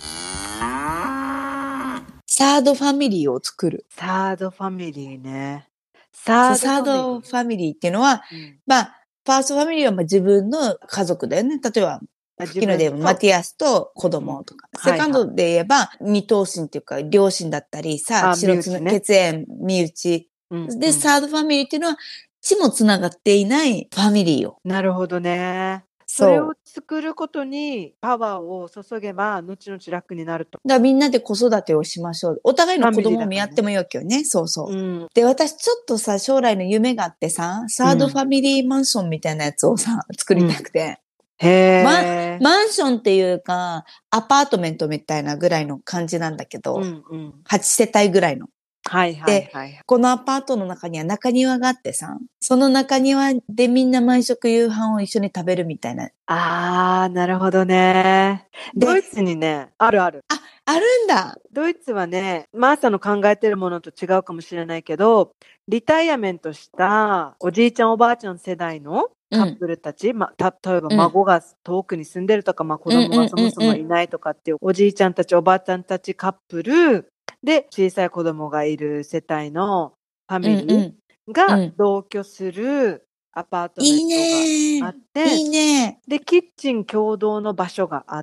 サードファミリーを作る。 サードファミリーね。 そうサーサードファミドファミリーっていうのは、 リー。 まあ、ファーストファミリーはまあ自分の家族だよね。例えば、昨日で言えばマティアスと子供とか。セカンドで言えば、二頭身っていうか、両親だったり、さ、血の血縁、身内。で、サードファミリーっていうのは、血もつながっていないファミリーを。 なるほどね。それを作ることにパワーを注げば、後々楽になると。 だからみんなで子育てをしましょう。お互いの子供を見合ってもいいわけよね。そうそう。で、私ちょっとさ、将来の夢があってさ、サードファミリーマンションみたいなやつをさ、作りたくて。 へー。 マンションっていうか、アパートメントみたいなぐらいの感じなんだけど、8世帯ぐらいの。 はいはいはい。 で、このアパートの中には中庭があってさ、その中庭でみんな毎食夕飯を一緒に食べるみたいな。 あー、なるほどね。ドイツにね、あるある。 あるんだ。 ドイツはね、マーサの考えてるものと違うかもしれないけど、リタイアメントしたおじいちゃんおばあちゃん世代のカップルたち、例えば孫が遠くに住んでるとか、子供がそもそもいないとかっていうおじいちゃんたちおばあちゃんたちカップルで小さい子供がいる世帯のファミリーが同居するアパートメントがあって、 いいね。 で、キッチン共同の場所があって、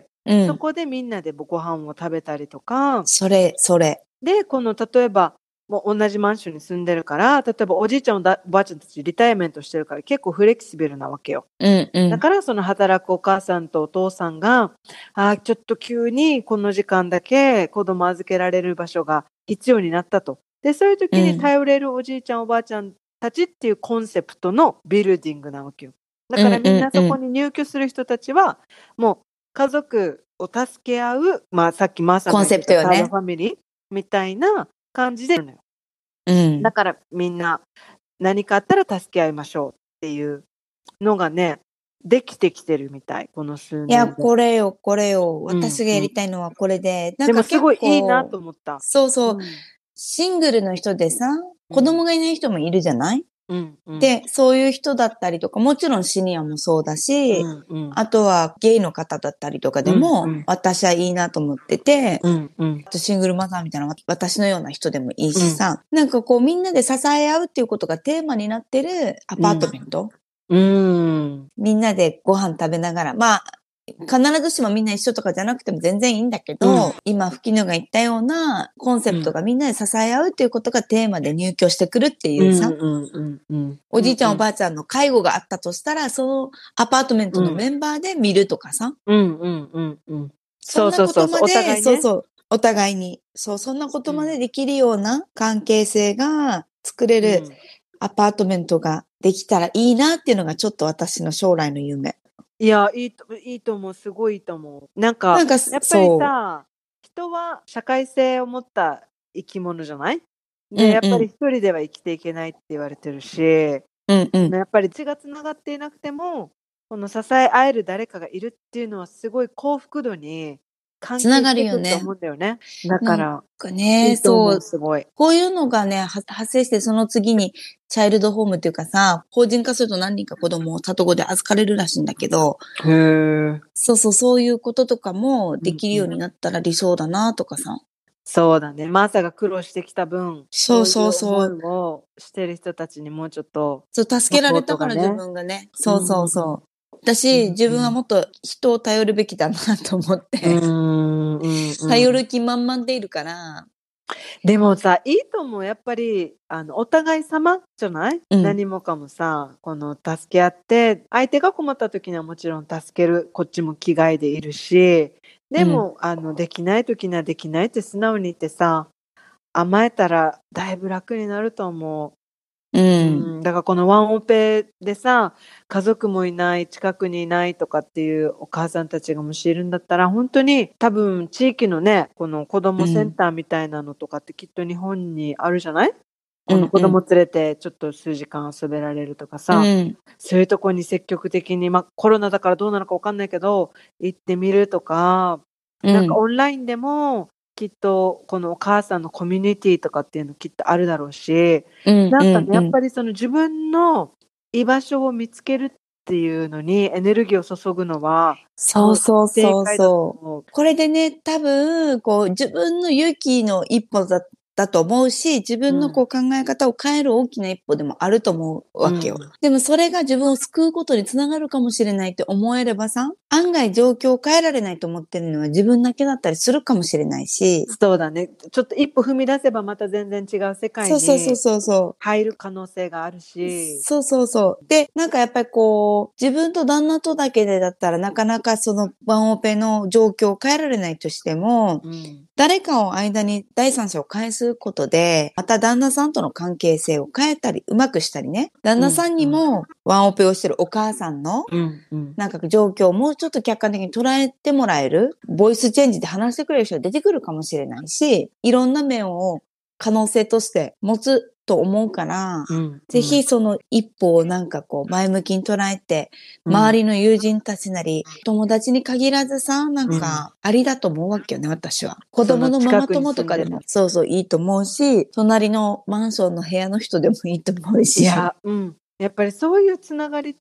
そこでみんなでご飯を食べたりとか。 それ。 で、例えば、もう同じマンションに住んでるから、例えばおじいちゃんおばあちゃんたちリタイアメントしてるから結構フレキシブルなわけよ。だからその働くお母さんとお父さんが、ちょっと急にこの時間だけ子供預けられる場所が必要になったと。で、そういう時に頼れるおじいちゃんおばあちゃんたちっていうコンセプトのビルディングなわけよ。だからみんなそこに入居する人たちは、もう家族を助け合う、さっきマーサが言ったサードファミリーみたいな感じで、だからみんな何かあったら助け合いましょうっていうのがね、できてきてるみたい、この数年で。 いや、これよ。私がやりたいのはこれで。 でもすごいいいなと思った。 そうそう。シングルの人でさ、子供がいない人もいるじゃない？で、そういう人だったりとか、もちろんシニアもそうだし、あとはゲイの方だったりとかでも、私はいいなと思ってて、あとシングルマザーみたいな私のような人でもいいしさ、なんかこうみんなで支え合うっていうことがテーマになってるアパートメント。みんなでご飯食べながら、必ずしもみんな一緒とかじゃなくても全然いいんだけど、今、吹野が言ったようなコンセプトがみんなで支え合うっていうことがテーマで入居してくるっていうさ、おじいちゃんおばあちゃんの介護があったとしたら、そのアパートメントのメンバーで見るとかさ。そんなことまで、お互いに。そんなことまでできるような関係性が作れるアパートメントができたらいいなっていうのがちょっと私の将来の夢。 いや、いいと思う。すごいいいと思う。なんかやっぱりさ、人は社会性を持った生き物じゃない？で、やっぱり一人では生きていけないって言われてるし、やっぱり血がつながっていなくても、この支え合える誰かがいるっていうのはすごい幸福度に関係してくると思うんだよね。だから、すごい。 こういうのがね、発生してその次にチャイルドホームっていうかさ、法人化すると何人か子供を里子で預かれるらしいんだけど、そういうこととかもできるようになったら理想だなとかさ。 そうだね。マーサが苦労してきた分、そういう思いをしてる人たちにもうちょっと、 助けられたから自分がね。私、自分はもっと人を頼るべきだなと思って。頼る気満々でいるから。 でもさ、いいと思う。やっぱり、お互い様じゃない？何もかもさ、この助け合って、相手が困った時にはもちろん助ける、こっちも気概でいるし、 でも、できない時にはできないって素直に言ってさ、甘えたらだいぶ楽になると思う。だからこのワンオペでさ、家族もいない、近くにいないとかっていうお母さんたちがもしいるんだったら、本当に多分地域のね、この子供センターみたいなのとかってきっと日本にあるじゃない？この子供連れてちょっと数時間遊べられるとかさ、そういうとこに積極的に、コロナだからどうなのかわかんないけど、行ってみるとか、なんかオンラインでも、きっとこのお母さんのコミュニティとかっていうのきっとあるだろうし、なんかね、やっぱりその自分の居場所を見つけるっていうのにエネルギーを注ぐのは、 そう。これでね、多分、自分の勇気の一歩だと思うし、自分の考え方を変える大きな一歩でもあると思うわけよ。でもそれが自分を救うことにつながるかもしれないって思えればさ、案外状況を変えられないと思ってるのは自分だけだったりするかもしれないし。 そうだね。ちょっと一歩踏み出せばまた全然違う世界に入る可能性があるし。 そう。で、なんかやっぱり自分と旦那とだけでだったらなかなかそのワンオペの状況を変えられないとしても、誰かを間に第三者を介すことで、また旦那さんとの関係性を変えたり、うまくしたりね。旦那さんにもワンオペをしてるお母さんの、なんか状況をもうちょっと客観的に捉えてもらえる、ボイスチェンジで話してくれる人が出てくるかもしれないし、いろんな面を可能性として持つと思うから、ぜひその一歩をなんか前向きに捉えて、周りの友人たちなり、友達に限らずさ、なんかありだと思うわけよね、私は。子供のママ友とかでも、いいと思うし、隣のマンションの部屋の人でもいいと思うし。 いや、やっぱりそういうつながりって、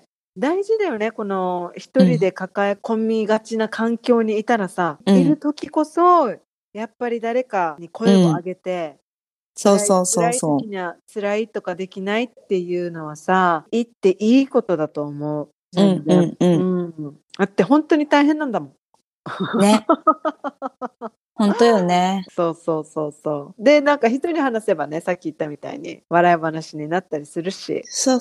大事だよね。この一人で抱え込みがちな環境にいたらさ、いる時こそ、やっぱり誰かに声を上げて、辛い時には辛いとかできないっていうのはさ、言っていいことだと思う。だって本当に大変なんだもん。 ね。本当よね。 そう。で、なんか人に話せばね、さっき言ったみたいに笑い話になったりするし。 そう。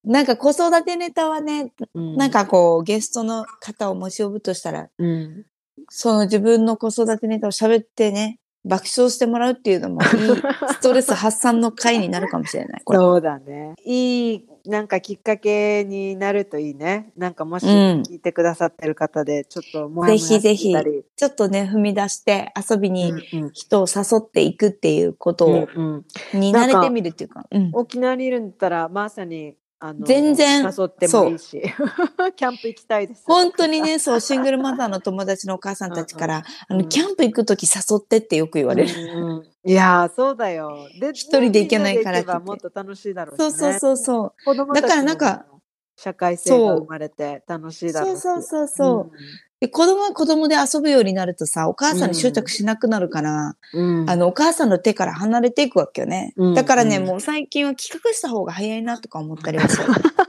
なんか子育てネタはね、なんかゲストの方をもし呼ぶとしたら、その自分の子育てネタを喋ってね、爆笑してもらうっていうのもいいストレス発散の回になるかもしれない。 そうだね。いい、なんかきっかけになるといいね。なんかもし聞いてくださってる方で、ちょっともやもやしてたり。 ぜひ、ちょっとね、踏み出して遊びに人を誘っていくっていうことを、に慣れてみるっていうか。 沖縄にいるんだったら、まさに、 全然誘ってもいいしキャンプ行きたいです。 本当にね、シングルマザーの友達のお母さんたちから、キャンプ行くとき誘ってってよく言われる。 いやー、そうだよ。 で、一人で行けないからって。 もっと楽しいだろうしね。 そう。 子供たちもだからなんか、社会性が生まれて楽しいだろうし。 そう。で、子供は子供で遊ぶようになるとさ、お母さんに執着しなくなるから、お母さんの手から離れていくわけよね。だからね、もう最近は企画した方が早いなとか思ったりはする。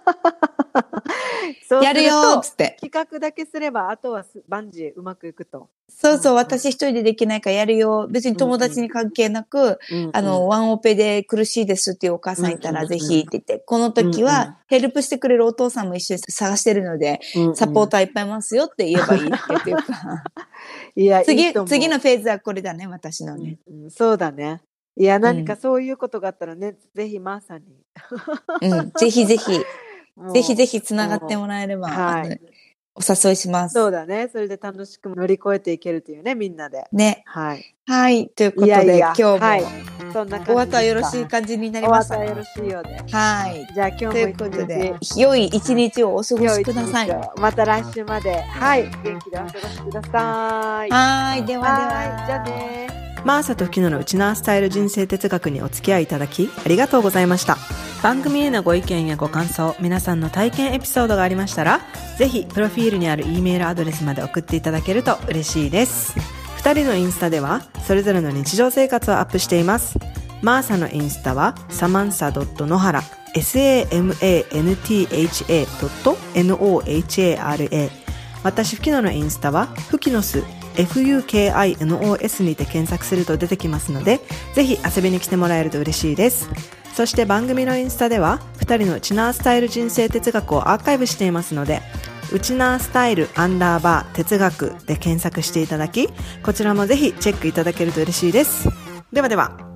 やるよーっつって。 企画だけすれば、あとは万事うまくいくと。 そう、私一人でできないからやるよ。別に友達に関係なく、ワンオペで苦しいですっていうお母さんいたらぜひって言って、この時はヘルプしてくれるお父さんも一緒に探してるので、サポーターいっぱいいますよって言えばいいっていうか。 いや、 次のフェーズはこれだね、私のね。 そうだね。いや、何かそういうことがあったらね、ぜひマーさんに。 ぜひ繋がってもらえれば、お誘いします。 そうだね。それで楽しく乗り越えていけるというね、みんなで。 ね。 はい。 ということで、今日も、 そんな感じお後はよろしい感じになりました。 お後はよろしいようで。 はい。 じゃあ今日もということで、良い一日をお過ごしください。 また来週まで、元気でお過ごしください。 では。 じゃあね。 マーサとキノのウチナースタイル人生哲学にお付き合いいただきありがとうございました。番組へのご意見やご感想、皆さんの体験エピソードがありましたら、ぜひプロフィールにある E メールアドレスまで送っていただけると嬉しいです。2人のインスタではそれぞれの日常生活をアップしています。マーサのインスタはsamantha.nohara samantha.nohara。 私フキノのインスタはフキノスFUKINOS にて検索すると出てきますので、ぜひ遊びに来てもらえると嬉しいです。そして番組のインスタでは2人のウチナースタイル人生哲学をアーカイブしていますので、 ウチナースタイル_哲学で検索していただき、こちらもぜひチェックいただけると嬉しいです。ではでは。